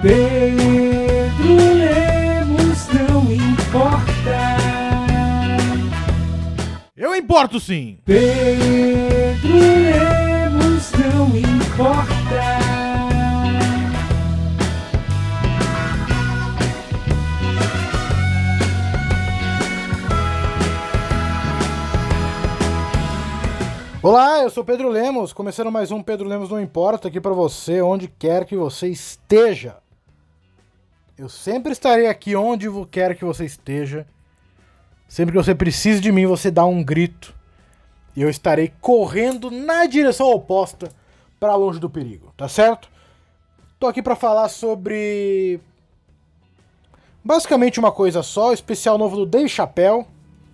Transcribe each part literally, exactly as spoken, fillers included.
Pedro Lemos não importa. Eu importo sim. Pedro Lemos não importa. Olá, eu sou Pedro Lemos, começando mais um Pedro Lemos Não Importa aqui pra você, onde quer que você esteja. Eu sempre estarei aqui onde quer que você esteja. Sempre que você precise de mim, você dá um grito. E eu estarei correndo na direção oposta pra longe do perigo, tá certo? Tô aqui pra falar sobre... basicamente uma coisa só, o especial novo do Dave Chappelle.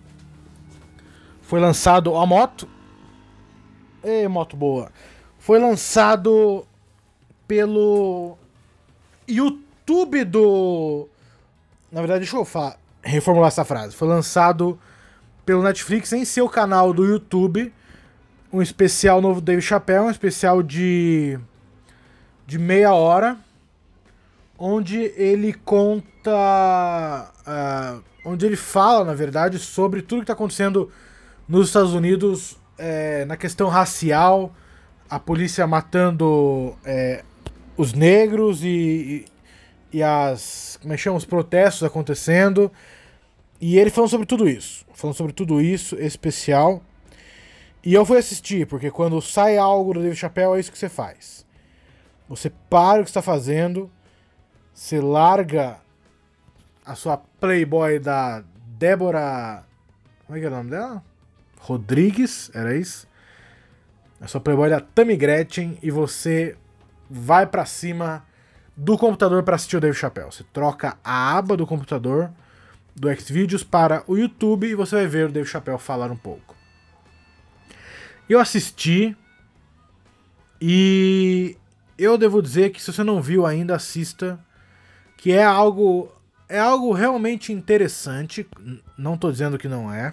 Foi lançado a moto. Ei, moto boa. Foi lançado pelo YouTube do... Na verdade, deixa eu falar, reformular essa frase. Foi lançado pelo Netflix em seu canal do YouTube. Um especial novo do Dave Chappelle. Um especial de... de meia hora. Onde ele conta... Uh, onde ele fala, na verdade, sobre tudo que está acontecendo nos Estados Unidos... É, na questão racial, a polícia matando é, os negros e, e, e as, como é que chama, os protestos acontecendo. E ele falando sobre tudo isso. Falando sobre tudo isso, especial. E eu fui assistir, porque quando sai algo do Dave Chappelle, é isso que você faz. Você para o que está fazendo, você larga a sua Playboy da Débora... Como é que é o nome dela? Rodrigues, era isso? A sua Playboy da Tammy Gretchen e você vai pra cima do computador para assistir o Dave Chappelle. Você troca a aba do computador do Xvideos para o YouTube e você vai ver o Dave Chappelle falar um pouco. Eu assisti e eu devo dizer que se você não viu ainda, assista, que é algo, é algo realmente interessante, não tô dizendo que não é.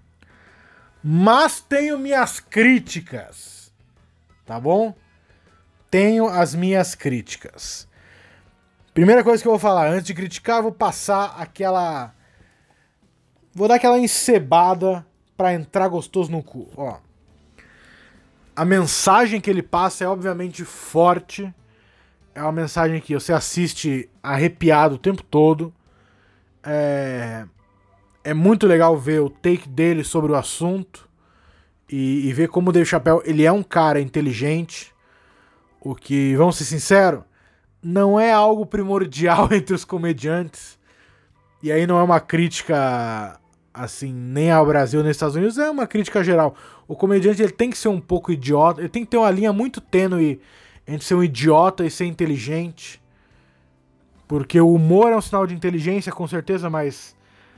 Mas tenho minhas críticas, tá bom? Tenho as minhas críticas. Primeira coisa que eu vou falar, antes de criticar, eu vou passar aquela... Vou dar aquela encebada pra entrar gostoso no cu, ó. A mensagem que ele passa é obviamente forte. É uma mensagem que você assiste arrepiado o tempo todo. É... É muito legal ver o take dele sobre o assunto e, e ver como o Dave Chappelle, ele é um cara inteligente, o que, vamos ser sinceros, não é algo primordial entre os comediantes, e aí não é uma crítica, assim, nem ao Brasil nem aos Estados Unidos, é uma crítica geral. O comediante, ele tem que ser um pouco idiota, ele tem que ter uma linha muito tênue entre ser um idiota e ser inteligente, porque o humor é um sinal de inteligência, com certeza, mas...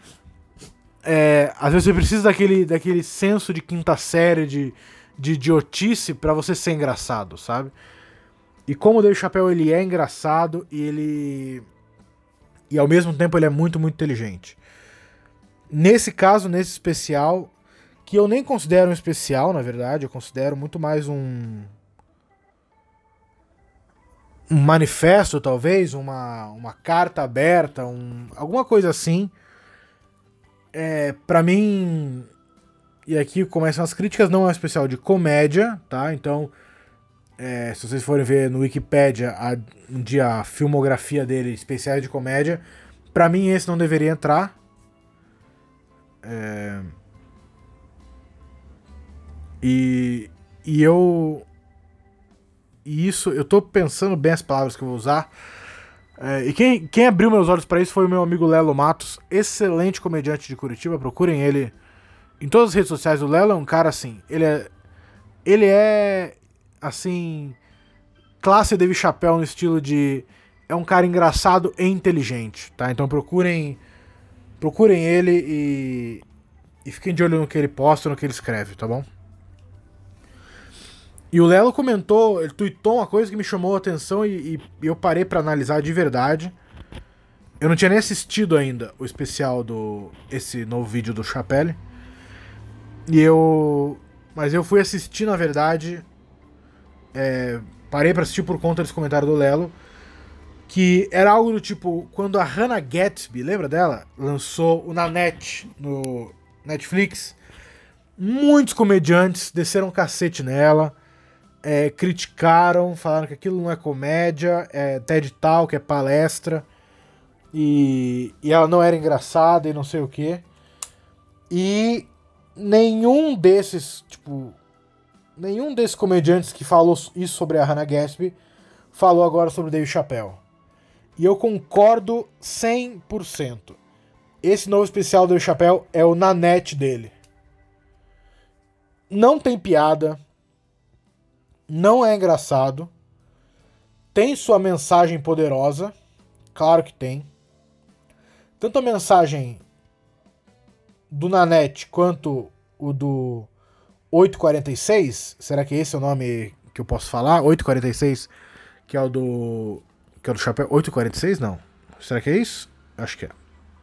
É, às vezes você precisa daquele, daquele senso de quinta série, de, de idiotice pra você ser engraçado, sabe? E como o Dave Chappelle, ele é engraçado e ele... E ao mesmo tempo ele é muito, muito inteligente. Nesse caso, nesse especial, que eu nem considero um especial, na verdade, eu considero muito mais um... Um manifesto, talvez, uma, uma carta aberta, um, alguma coisa assim... É, pra mim, e aqui começam as críticas, não é um especial de comédia, tá? Então, é, se vocês forem ver no Wikipedia a, um dia a filmografia dele, especiais de comédia, pra mim esse não deveria entrar. É, e, e eu... E isso, eu tô pensando bem as palavras que eu vou usar. É, e quem, quem abriu meus olhos pra isso foi o meu amigo Lelo Matos, excelente comediante de Curitiba, procurem ele em todas as redes sociais. O Lelo é um cara assim, ele é, ele é assim, classe Dave Chappelle no estilo de, é um cara engraçado e inteligente, tá? Então procurem, procurem ele e, e fiquem de olho no que ele posta, no que ele escreve, tá bom? E o Lelo comentou, ele tweetou uma coisa que me chamou a atenção e, e eu parei pra analisar de verdade. Eu não tinha nem assistido ainda o especial do... esse novo vídeo do Chappelle. E eu... Mas eu fui assistir, na verdade... É, parei pra assistir por conta desse comentário do Lelo. que era algo do tipo, quando a Hannah Gatsby, lembra dela? Lançou o Nanette no Netflix, muitos comediantes desceram um cacete nela, é, criticaram, falaram que aquilo não é comédia, é TED Talk, é palestra, e, e ela não era engraçada e não sei o quê. E nenhum desses, tipo, nenhum desses comediantes que falou isso sobre a Hannah Gatsby falou agora sobre o Dave Chappelle. E eu concordo cem por cento. Esse novo especial do Dave Chappelle é o Nanette dele. Não tem piada, não é engraçado, tem sua mensagem poderosa, claro que tem. Tanto a mensagem do Nanette quanto o do oito quarenta e seis, será que esse é o nome que eu posso falar? oito quarenta e seis, que é o do que é o do Chapéu. oito quarenta e seis não. Será que é isso? Acho que é.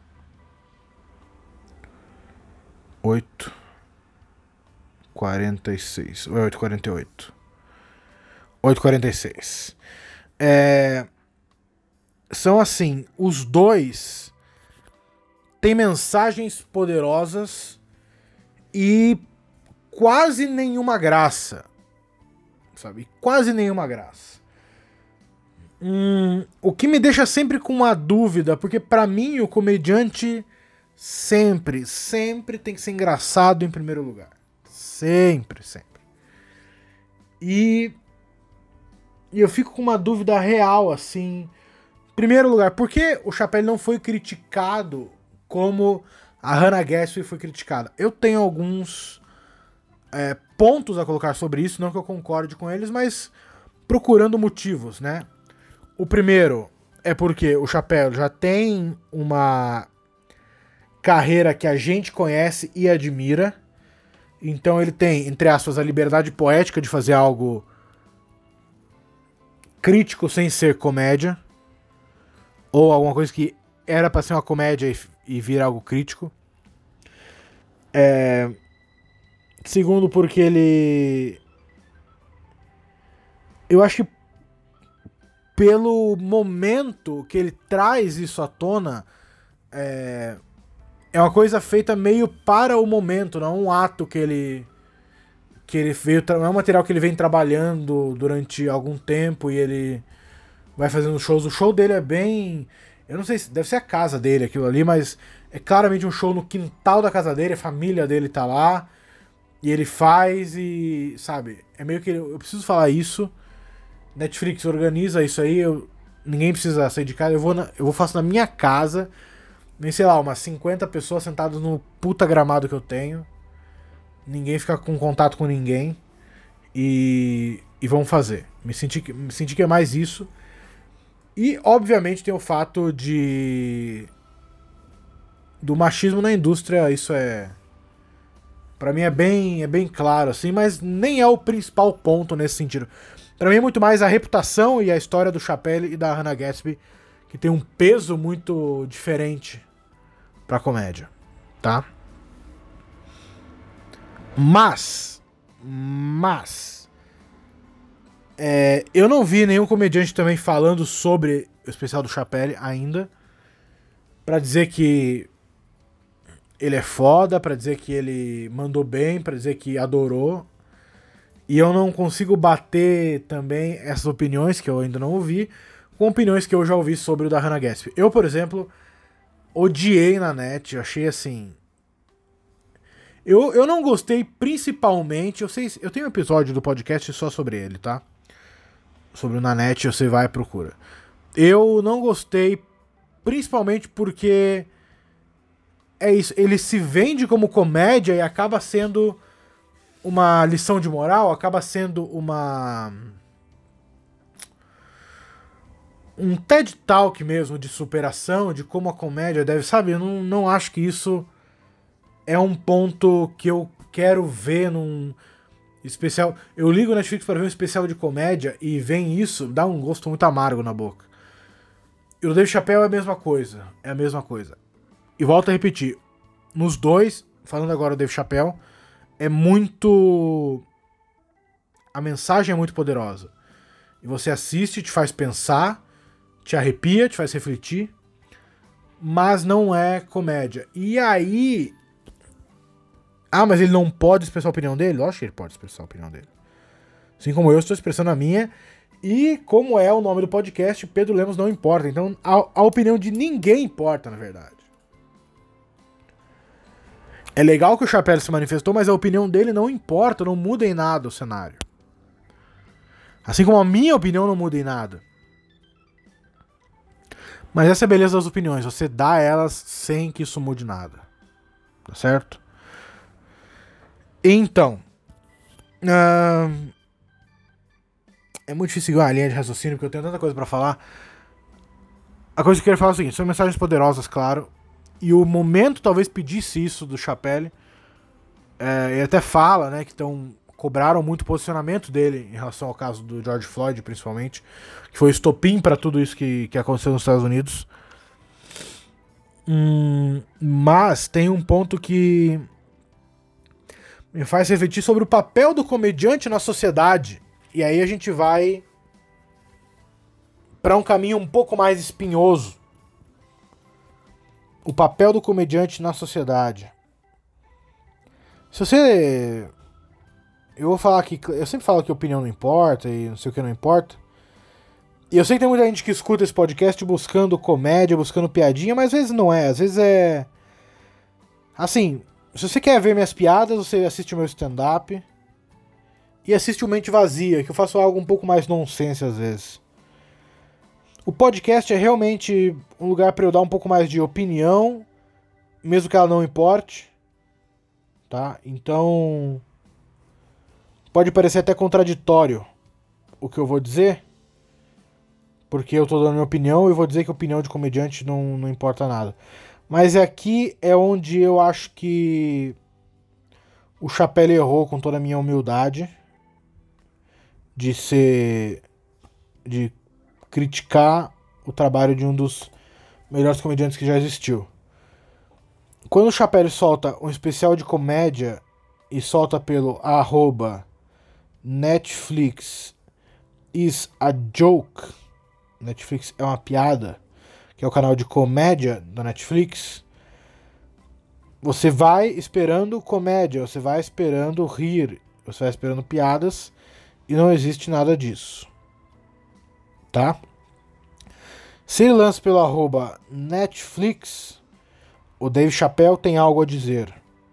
oito quarenta e seis. Ou é oito quarenta e oito? oito quarenta e seis. É... São assim, os dois têm mensagens poderosas e quase nenhuma graça. Sabe? Quase nenhuma graça. Hum, o que me deixa sempre com uma dúvida, porque pra mim o comediante sempre, sempre tem que ser engraçado em primeiro lugar. Sempre, sempre. E, e eu fico com uma dúvida real, assim. Em primeiro lugar, por que o Chappelle não foi criticado como a Hannah Gatsby foi criticada? Eu tenho alguns é, pontos a colocar sobre isso, não que eu concorde com eles, mas procurando motivos, né? O primeiro é porque o Chappelle já tem uma carreira que a gente conhece e admira. Então ele tem, entre aspas, a liberdade poética de fazer algo crítico sem ser comédia. Ou alguma coisa que era pra ser uma comédia e, e vir algo crítico. É... Segundo, porque ele... Eu acho que pelo momento que ele traz isso à tona, é, é uma coisa feita meio para o momento, não é um ato que ele que ele veio, não é um material que ele vem trabalhando durante algum tempo e ele vai fazendo shows. O show dele é bem, eu não sei se deve ser a casa dele aquilo ali, mas é claramente um show no quintal da casa dele, a família dele tá lá e ele faz e, sabe, é meio que eu preciso falar isso. Netflix organiza isso aí, eu, ninguém precisa sair de casa, eu vou, na, eu vou faço na minha casa, nem sei lá, umas cinquenta pessoas sentadas no puta gramado que eu tenho, ninguém fica com contato com ninguém, e, e vão fazer. Me senti, me senti que é mais isso. E, obviamente, tem o fato de... do machismo na indústria, isso é... Pra mim é bem, é bem claro, assim, mas nem é o principal ponto nesse sentido. Pra mim é muito mais a reputação e a história do Chappelle e da Hannah Gatsby, que tem um peso muito diferente pra comédia, tá? Mas, mas, é, eu não vi nenhum comediante também falando sobre o especial do Chappelle ainda, pra dizer que ele é foda, pra dizer que ele mandou bem, pra dizer que adorou. E eu não consigo bater também essas opiniões, que eu ainda não ouvi, com opiniões que eu já ouvi sobre o da Hannah Gatsby. Eu, por exemplo, odiei na net, eu achei assim... Eu, eu não gostei principalmente... Eu, sei, eu tenho um episódio do podcast só sobre ele, tá? Sobre o Nanette, você vai e procura. Eu não gostei principalmente porque... É isso, ele se vende como comédia e acaba sendo... uma lição de moral, acaba sendo uma... um TED Talk mesmo de superação, de como a comédia deve... Sabe, eu não, não acho que isso é um ponto que eu quero ver num especial... Eu ligo o Netflix para ver um especial de comédia e vem isso, dá um gosto muito amargo na boca. E o Dave Chappelle é a mesma coisa, é a mesma coisa. E volto a repetir, nos dois, falando agora do Dave Chappelle, é muito... a mensagem é muito poderosa. E você assiste, te faz pensar, te arrepia, te faz refletir, mas não é comédia. E aí... Ah, mas ele não pode expressar a opinião dele? Lógico que ele pode expressar a opinião dele. Assim como eu estou expressando a minha. E como é o nome do podcast, Pedro Lemos não importa. Então a, a opinião de ninguém importa, na verdade. É legal que o Chapelle se manifestou, mas a opinião dele não importa, não muda em nada o cenário. Assim como a minha opinião não muda em nada. Mas essa é a beleza das opiniões, você dá elas sem que isso mude nada. Tá certo? Então... Uh, é muito difícil seguir uma linha de raciocínio, porque eu tenho tanta coisa pra falar. A coisa que eu quero falar é o seguinte, são mensagens poderosas, claro. E o momento talvez pedisse isso do Chapelle. É, ele até fala, né, que tão, cobraram muito o posicionamento dele em relação ao caso do George Floyd, principalmente. Que foi o estopim pra tudo isso que, que aconteceu nos Estados Unidos. Hum, mas tem um ponto que me faz refletir sobre o papel do comediante na sociedade. E aí a gente vai para um caminho um pouco mais espinhoso. O papel do comediante na sociedade. Se você... Eu vou falar aqui... Eu sempre falo que opinião não importa e não sei o que não importa. E eu sei que tem muita gente que escuta esse podcast buscando comédia, buscando piadinha, mas às vezes não é. Às vezes é... Assim, se você quer ver minhas piadas, você assiste o meu stand-up. E assiste o Mente Vazia, que eu faço algo um pouco mais nonsense às vezes. O podcast é realmente um lugar para eu dar um pouco mais de opinião, mesmo que ela não importe. Tá? Então... Pode parecer até contraditório o que eu vou dizer, porque eu tô dando minha opinião e vou dizer que a opinião de comediante não, não importa nada. Mas aqui é onde eu acho que o Chapelle errou, com toda a minha humildade, de ser... de criticar o trabalho de um dos melhores comediantes que já existiu. Quando o Chapelle solta um especial de comédia e solta pelo arroba Netflix is a joke, Netflix é uma piada, que é o canal de comédia da Netflix, você vai esperando comédia, você vai esperando rir, você vai esperando piadas, e não existe nada disso. Tá? Se ele lança pelo arroba Netflix, o Dave Chappelle tem algo a dizer.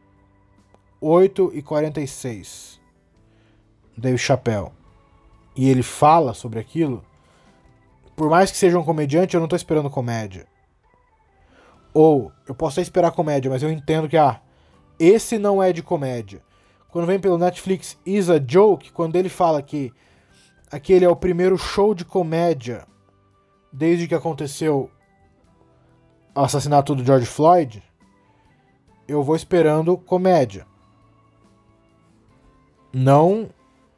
oito e quarenta e seis. Dave Chappelle. E ele fala sobre aquilo. Por mais que seja um comediante, eu não tô esperando comédia. Ou, eu posso até esperar comédia, mas eu entendo que, ah, esse não é de comédia. Quando vem pelo Netflix is a joke, quando ele fala que aquele é o primeiro show de comédia desde que aconteceu o assassinato do George Floyd, eu vou esperando comédia. Não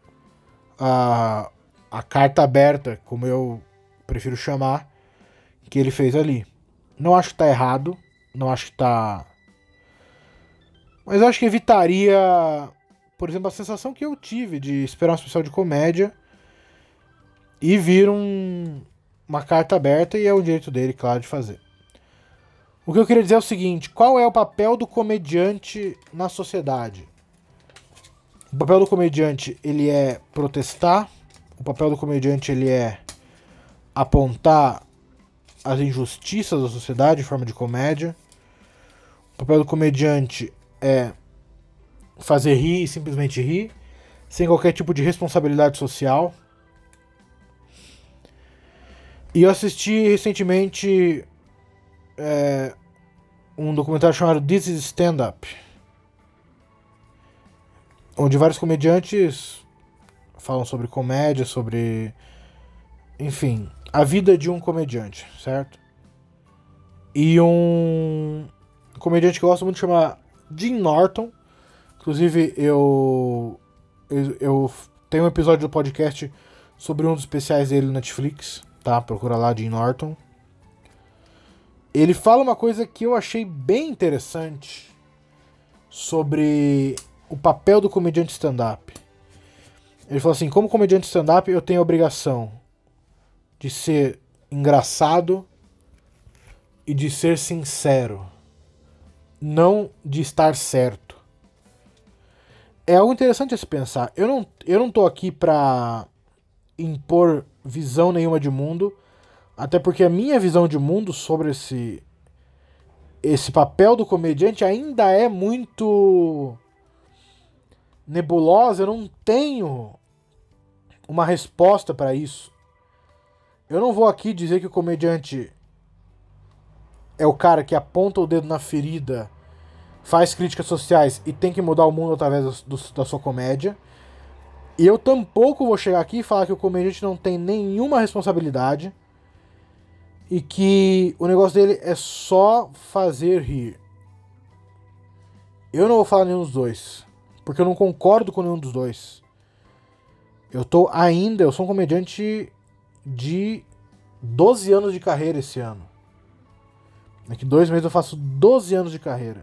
a, a carta aberta, como eu prefiro chamar, que ele fez ali. Não acho que tá errado, não acho que tá... Mas eu acho que evitaria, por exemplo, a sensação que eu tive de esperar um especial de comédia e vir um, uma carta aberta, e é o direito dele, claro, de fazer. O que eu queria dizer é o seguinte: qual é o papel do comediante na sociedade? O papel do comediante, ele é protestar, o papel do comediante, ele é apontar as injustiças da sociedade em forma de comédia, o papel do comediante é fazer rir e simplesmente rir, sem qualquer tipo de responsabilidade social. E eu assisti recentemente é, um documentário chamado This is Stand-Up, onde vários comediantes falam sobre comédia, sobre... enfim, a vida de um comediante, certo? E um comediante que eu gosto muito chama Jim Norton. Inclusive, eu, eu, eu tenho um episódio do podcast sobre um dos especiais dele no Netflix, tá? Procura lá, Jim Norton. Ele fala uma coisa que eu achei bem interessante sobre o papel do comediante stand-up. Ele falou assim: como comediante stand-up, eu tenho a obrigação de ser engraçado e de ser sincero, não de estar certo. É algo interessante a se pensar. Eu não, eu não tô aqui pra impor visão nenhuma de mundo, até porque a minha visão de mundo sobre esse, esse papel do comediante ainda é muito nebulosa. Eu não tenho uma resposta para isso. Eu não vou aqui dizer que o comediante é o cara que aponta o dedo na ferida, faz críticas sociais e tem que mudar o mundo através do, do, da sua comédia. E eu tampouco vou chegar aqui e falar que o comediante não tem nenhuma responsabilidade e que o negócio dele é só fazer rir. Eu não vou falar nenhum dos dois, porque eu não concordo com nenhum dos dois. Eu tô ainda, eu sou um comediante de doze anos de carreira esse ano. Daqui dois meses eu faço doze anos de carreira.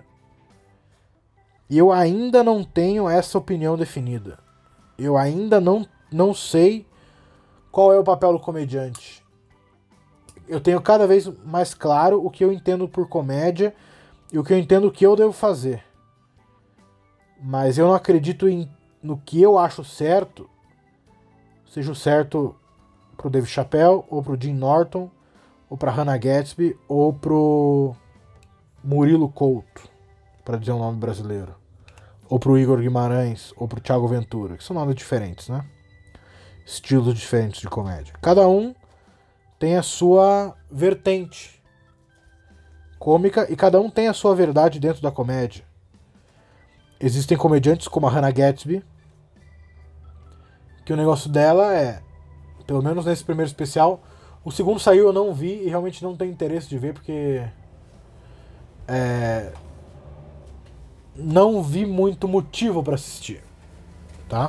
E eu ainda não tenho essa opinião definida. Eu ainda não, não sei qual é o papel do comediante. Eu tenho cada vez mais claro o que eu entendo por comédia e o que eu entendo que eu devo fazer. Mas eu não acredito em, no que eu acho certo, seja o certo pro Dave Chappelle, ou pro Jim Norton, ou pra Hannah Gadsby, ou pro Murilo Couto, para dizer um nome brasileiro. Ou pro Igor Guimarães, ou pro Thiago Ventura, que são nomes diferentes, né? Estilos diferentes de comédia. Cada um tem a sua vertente cômica e cada um tem a sua verdade dentro da comédia. Existem comediantes como a Hannah Gadsby, que o negócio dela é, pelo menos nesse primeiro especial, o segundo saiu, eu não vi e realmente não tenho interesse de ver, porque é, não vi muito motivo pra assistir, tá?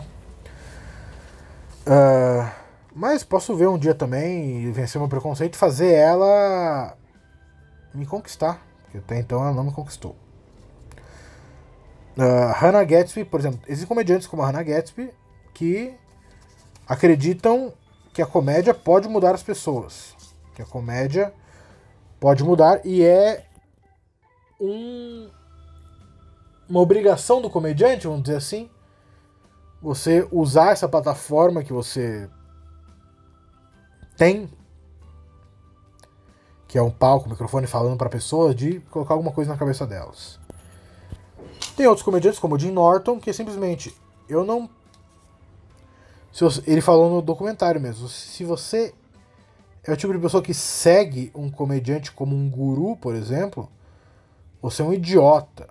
Uh, mas posso ver um dia também e vencer meu preconceito e fazer ela me conquistar, porque até então ela não me conquistou. Uh, Hannah Gadsby, por exemplo, existem comediantes como a Hannah Gadsby que acreditam que a comédia pode mudar as pessoas, que a comédia pode mudar e é um, uma obrigação do comediante, vamos dizer assim, você usar essa plataforma que você tem, que é um palco, um microfone falando para pessoas, de colocar alguma coisa na cabeça delas. Tem outros comediantes como o Jim Norton, que simplesmente eu não... Se você, ele falou no documentário mesmo, se você é o tipo de pessoa que segue um comediante como um guru, por exemplo, você é um idiota.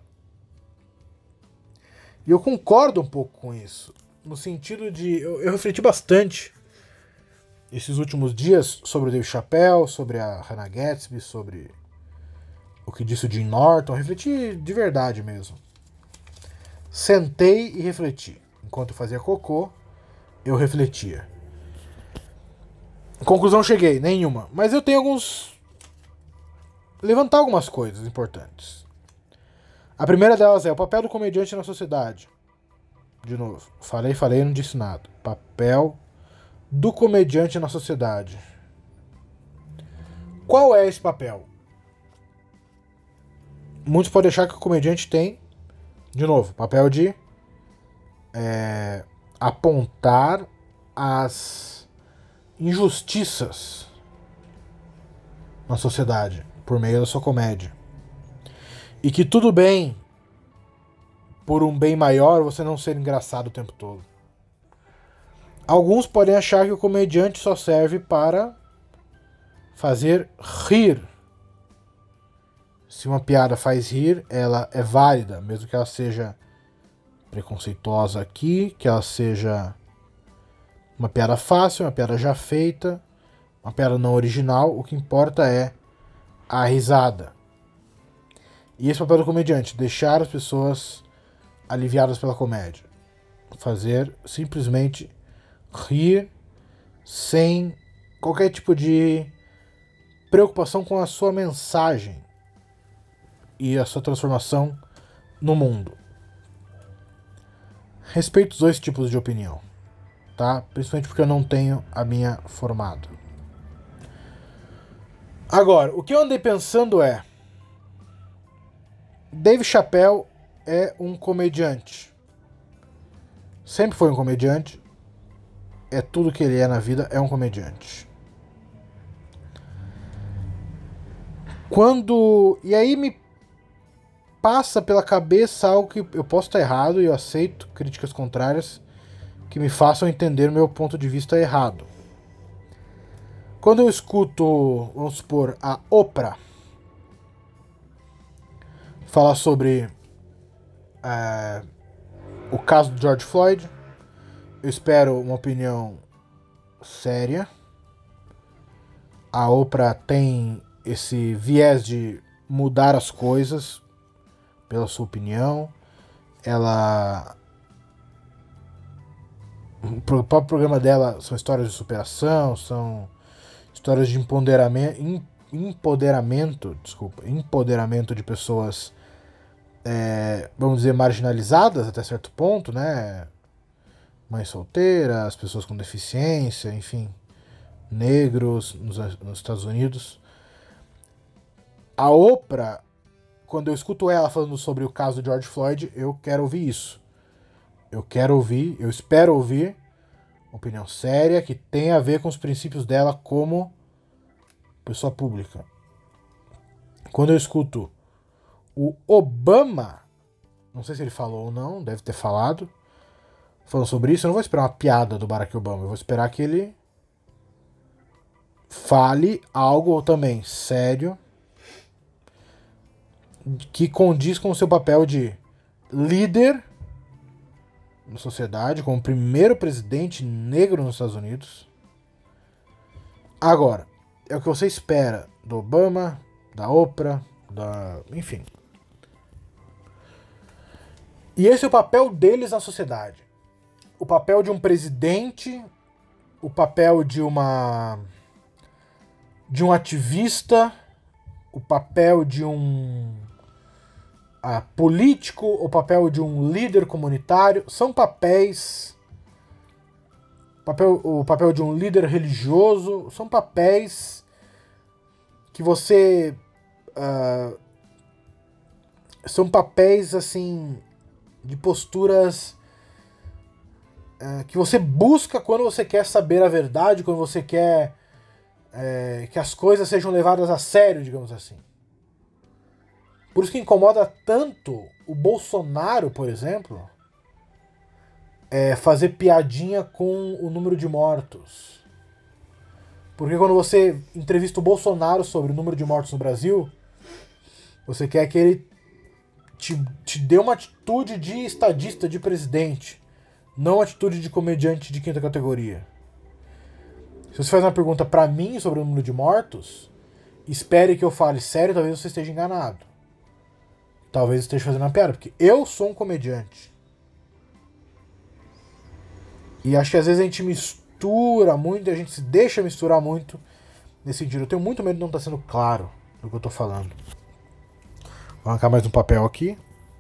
E eu concordo um pouco com isso, no sentido de... Eu, eu refleti bastante esses últimos dias sobre o Dave Chappelle, sobre a Hannah Gadsby, sobre o que disse o Jim Norton. Eu refleti de verdade mesmo. Sentei e refleti. Enquanto eu fazia cocô, eu refletia. Conclusão cheguei, nenhuma. Mas eu tenho alguns... levantar algumas coisas importantes. A primeira delas é o papel do comediante na sociedade. De novo, falei, falei, não disse nada. Papel do comediante na sociedade. Qual é esse papel? Muitos podem achar que o comediante tem, de novo, papel de é, apontar as injustiças na sociedade por meio da sua comédia. E que tudo bem, por um bem maior, você não ser engraçado o tempo todo. Alguns podem achar que o comediante só serve para fazer rir. Se uma piada faz rir, ela é válida, mesmo que ela seja preconceituosa aqui, que ela seja uma piada fácil, uma piada já feita, uma piada não original. O que importa é a risada. E esse é o papel do comediante, deixar as pessoas aliviadas pela comédia. Fazer simplesmente rir sem qualquer tipo de preocupação com a sua mensagem e a sua transformação no mundo. Respeito os dois tipos de opinião, tá? Principalmente porque eu não tenho a minha formada. Agora, o que eu andei pensando é... Dave Chappelle é um comediante. Sempre foi um comediante. É tudo que ele é na vida, é um comediante. Quando... E aí me passa pela cabeça algo que eu posso estar errado e eu aceito críticas contrárias que me façam entender o meu ponto de vista errado. Quando eu escuto, vamos supor, a Oprah falar sobre é, o caso do George Floyd, eu espero uma opinião séria. A Oprah tem esse viés de mudar as coisas pela sua opinião. Ela... O próprio programa dela são histórias de superação, são histórias de empoderamento, empoderamento, desculpa, empoderamento de pessoas, é, vamos dizer, marginalizadas até certo ponto, né? Mães solteiras, pessoas com deficiência, enfim, negros nos, nos Estados Unidos. A Oprah, quando eu escuto ela falando sobre o caso do George Floyd, eu quero ouvir isso. Eu quero ouvir, eu espero ouvir uma opinião séria que tenha a ver com os princípios dela como pessoa pública. Quando eu escuto o Obama, não sei se ele falou ou não, deve ter falado, falando sobre isso, eu não vou esperar uma piada do Barack Obama, eu vou esperar que ele fale algo também sério que condiz com o seu papel de líder na sociedade, como primeiro presidente negro nos Estados Unidos. Agora, é o que você espera do Obama, da Oprah, da... enfim. E esse é o papel deles na sociedade. O papel de um presidente, o papel de uma... de um ativista, o papel de um... Uh, político, o papel de um líder comunitário, são papéis, papel, o papel de um líder religioso, são papéis que você, uh, são papéis assim, de posturas uh, que você busca quando você quer saber a verdade, quando você quer uh, que as coisas sejam levadas a sério, digamos assim. Por isso que incomoda tanto o Bolsonaro, por exemplo, é fazer piadinha com o número de mortos. Porque quando você entrevista o Bolsonaro sobre o número de mortos no Brasil, você quer que ele te, te dê uma atitude de estadista, de presidente, não uma atitude de comediante de quinta categoria. Se você faz uma pergunta pra mim sobre o número de mortos, espere que eu fale sério, talvez você esteja enganado. Talvez esteja fazendo uma piada, porque eu sou um comediante. E acho que às vezes a gente mistura muito, a gente se deixa misturar muito nesse sentido. Eu tenho muito medo de não estar sendo claro do que eu estou falando. Vou arrancar mais um papel aqui.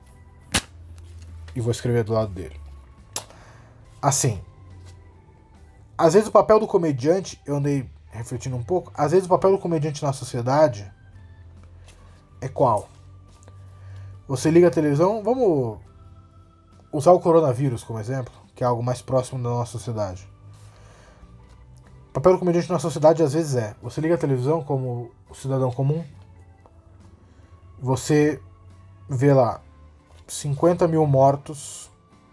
E vou escrever do lado dele. Assim. Às vezes o papel do comediante, eu andei refletindo um pouco, às vezes o papel do comediante na sociedade é qual? Você liga a televisão, vamos usar o coronavírus como exemplo, que é algo mais próximo da nossa sociedade. O papel do comediante na sociedade às vezes é, você liga a televisão como o cidadão comum, você vê lá cinquenta mil mortos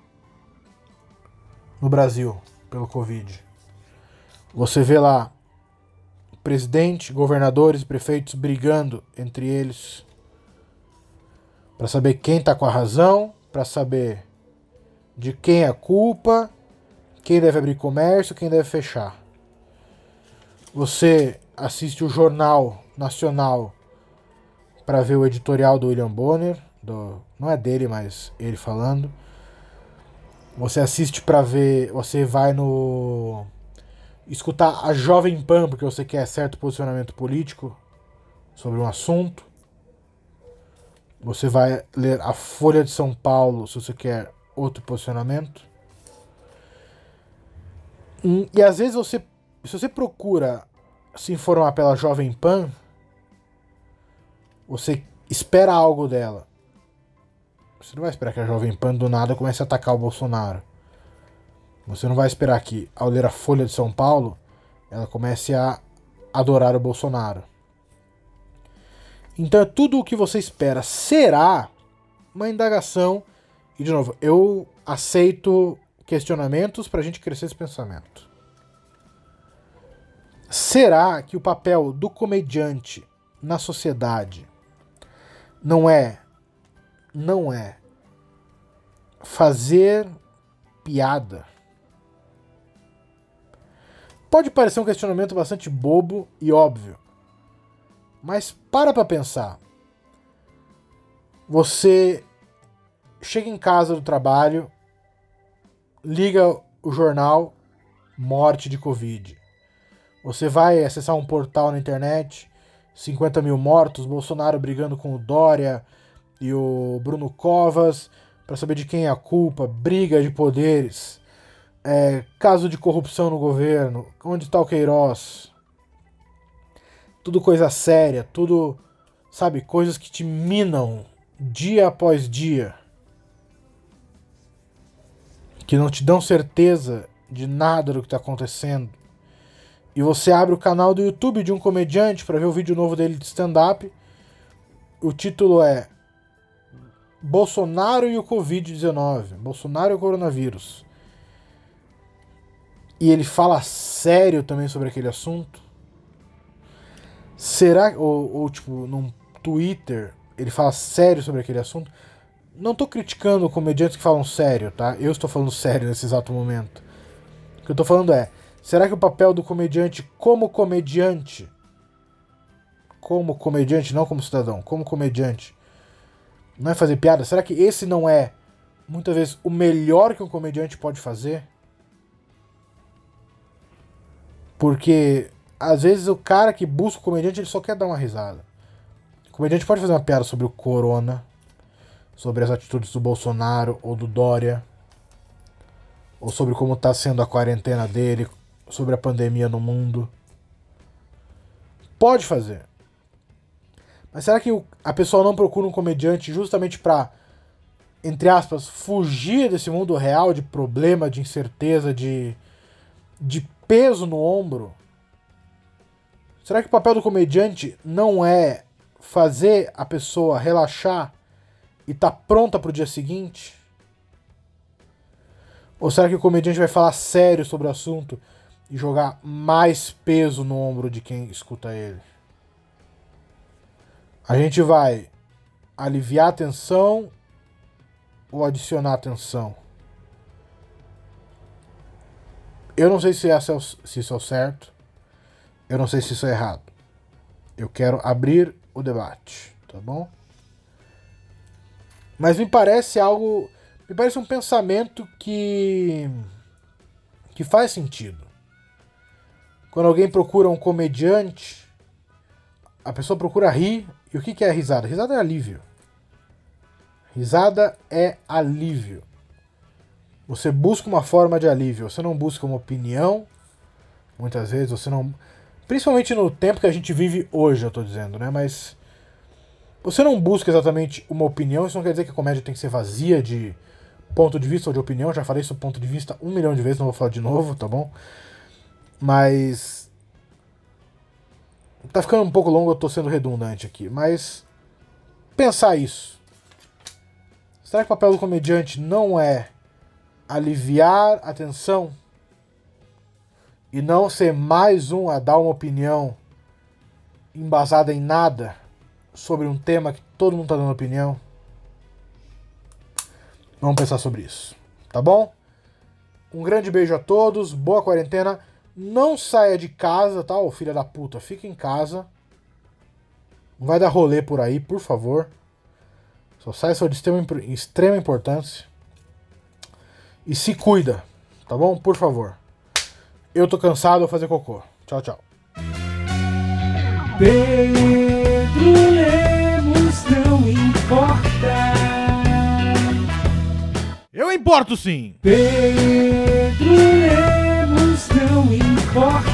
no Brasil pelo Covid. Você vê lá presidente, governadores e prefeitos brigando entre eles para saber quem tá com a razão, para saber de quem é a culpa, quem deve abrir comércio, quem deve fechar. Você assiste o Jornal Nacional para ver o editorial do William Bonner, do, não é dele, mas ele falando. Você assiste para ver, você vai no escutar a Jovem Pan porque você quer certo posicionamento político sobre um assunto. Você vai ler a Folha de São Paulo se você quer outro posicionamento. E, e às vezes você, se você procura se informar pela Jovem Pan, você espera algo dela. Você não vai esperar que a Jovem Pan do nada comece a atacar o Bolsonaro. Você não vai esperar que, ao ler a Folha de São Paulo, ela comece a adorar o Bolsonaro. Então é tudo o que você espera. Será uma indagação. E, de novo, eu aceito questionamentos pra gente crescer esse pensamento. Será que o papel do comediante na sociedade não é, não é fazer piada? Pode parecer um questionamento bastante bobo e óbvio, mas para pra pensar. Você chega em casa do trabalho, liga o jornal, morte de Covid. Você vai acessar um portal na internet, cinquenta mil mortos, Bolsonaro brigando com o Dória e o Bruno Covas para saber de quem é a culpa, briga de poderes, é, caso de corrupção no governo, onde está o Queiroz. Tudo coisa séria, tudo, sabe, coisas que te minam dia após dia, que não te dão certeza de nada do que está acontecendo. E você abre o canal do YouTube de um comediante para ver o vídeo novo dele de stand-up. O título é Bolsonaro e o covid dezenove. Bolsonaro e o coronavírus. E ele fala sério também sobre aquele assunto. Será, ou, ou tipo, num Twitter, ele fala sério sobre aquele assunto. Não tô criticando comediantes que falam sério, tá? Eu estou falando sério nesse exato momento. O que eu tô falando é, será que o papel do comediante como comediante, como comediante, não como cidadão, como comediante, não é fazer piada? Será que esse não é, muitas vezes, o melhor que um comediante pode fazer? Porque, às vezes, o cara que busca o comediante, ele só quer dar uma risada. O comediante pode fazer uma piada sobre o corona, sobre as atitudes do Bolsonaro ou do Dória, ou sobre como está sendo a quarentena dele, sobre a pandemia no mundo. Pode fazer. Mas será que a pessoa não procura um comediante justamente para, entre aspas, fugir desse mundo real de problema, de incerteza, de, de peso no ombro? Será que o papel do comediante não é fazer a pessoa relaxar e tá pronta pro dia seguinte? Ou será que o comediante vai falar sério sobre o assunto e jogar mais peso no ombro de quem escuta ele? A gente vai aliviar a tensão ou adicionar a tensão? Eu não sei se, essa é o, se isso é o certo. Eu não sei se isso é errado. Eu quero abrir o debate, tá bom? Mas me parece algo... Me parece um pensamento que... que faz sentido. Quando alguém procura um comediante, a pessoa procura rir. E o que que é risada? Risada é alívio. Risada é alívio. Você busca uma forma de alívio. Você não busca uma opinião. Muitas vezes você não... Principalmente no tempo que a gente vive hoje, eu tô dizendo, né? Mas... Você não busca exatamente uma opinião. Isso não quer dizer que a comédia tem que ser vazia de ponto de vista ou de opinião. Já falei isso ponto de vista um milhão de vezes, não vou falar de novo, tá bom? Mas... Tá ficando um pouco longo, eu tô sendo redundante aqui. Mas... Pensar isso. Será que o papel do comediante não é aliviar a tensão? E não ser mais um a dar uma opinião embasada em nada sobre um tema que todo mundo tá dando opinião? Vamos pensar sobre isso, tá bom? Um grande beijo a todos, boa quarentena. Não saia de casa, tá, ô filha da puta? Fica em casa. Não vai dar rolê por aí, por favor. Só sai se for de extrema, extrema importância. E se cuida, tá bom? Por favor. Eu tô cansado, vou fazer cocô. Tchau, tchau. Pedro Lemos não importa. Eu importo sim! Pedro Lemos não importa.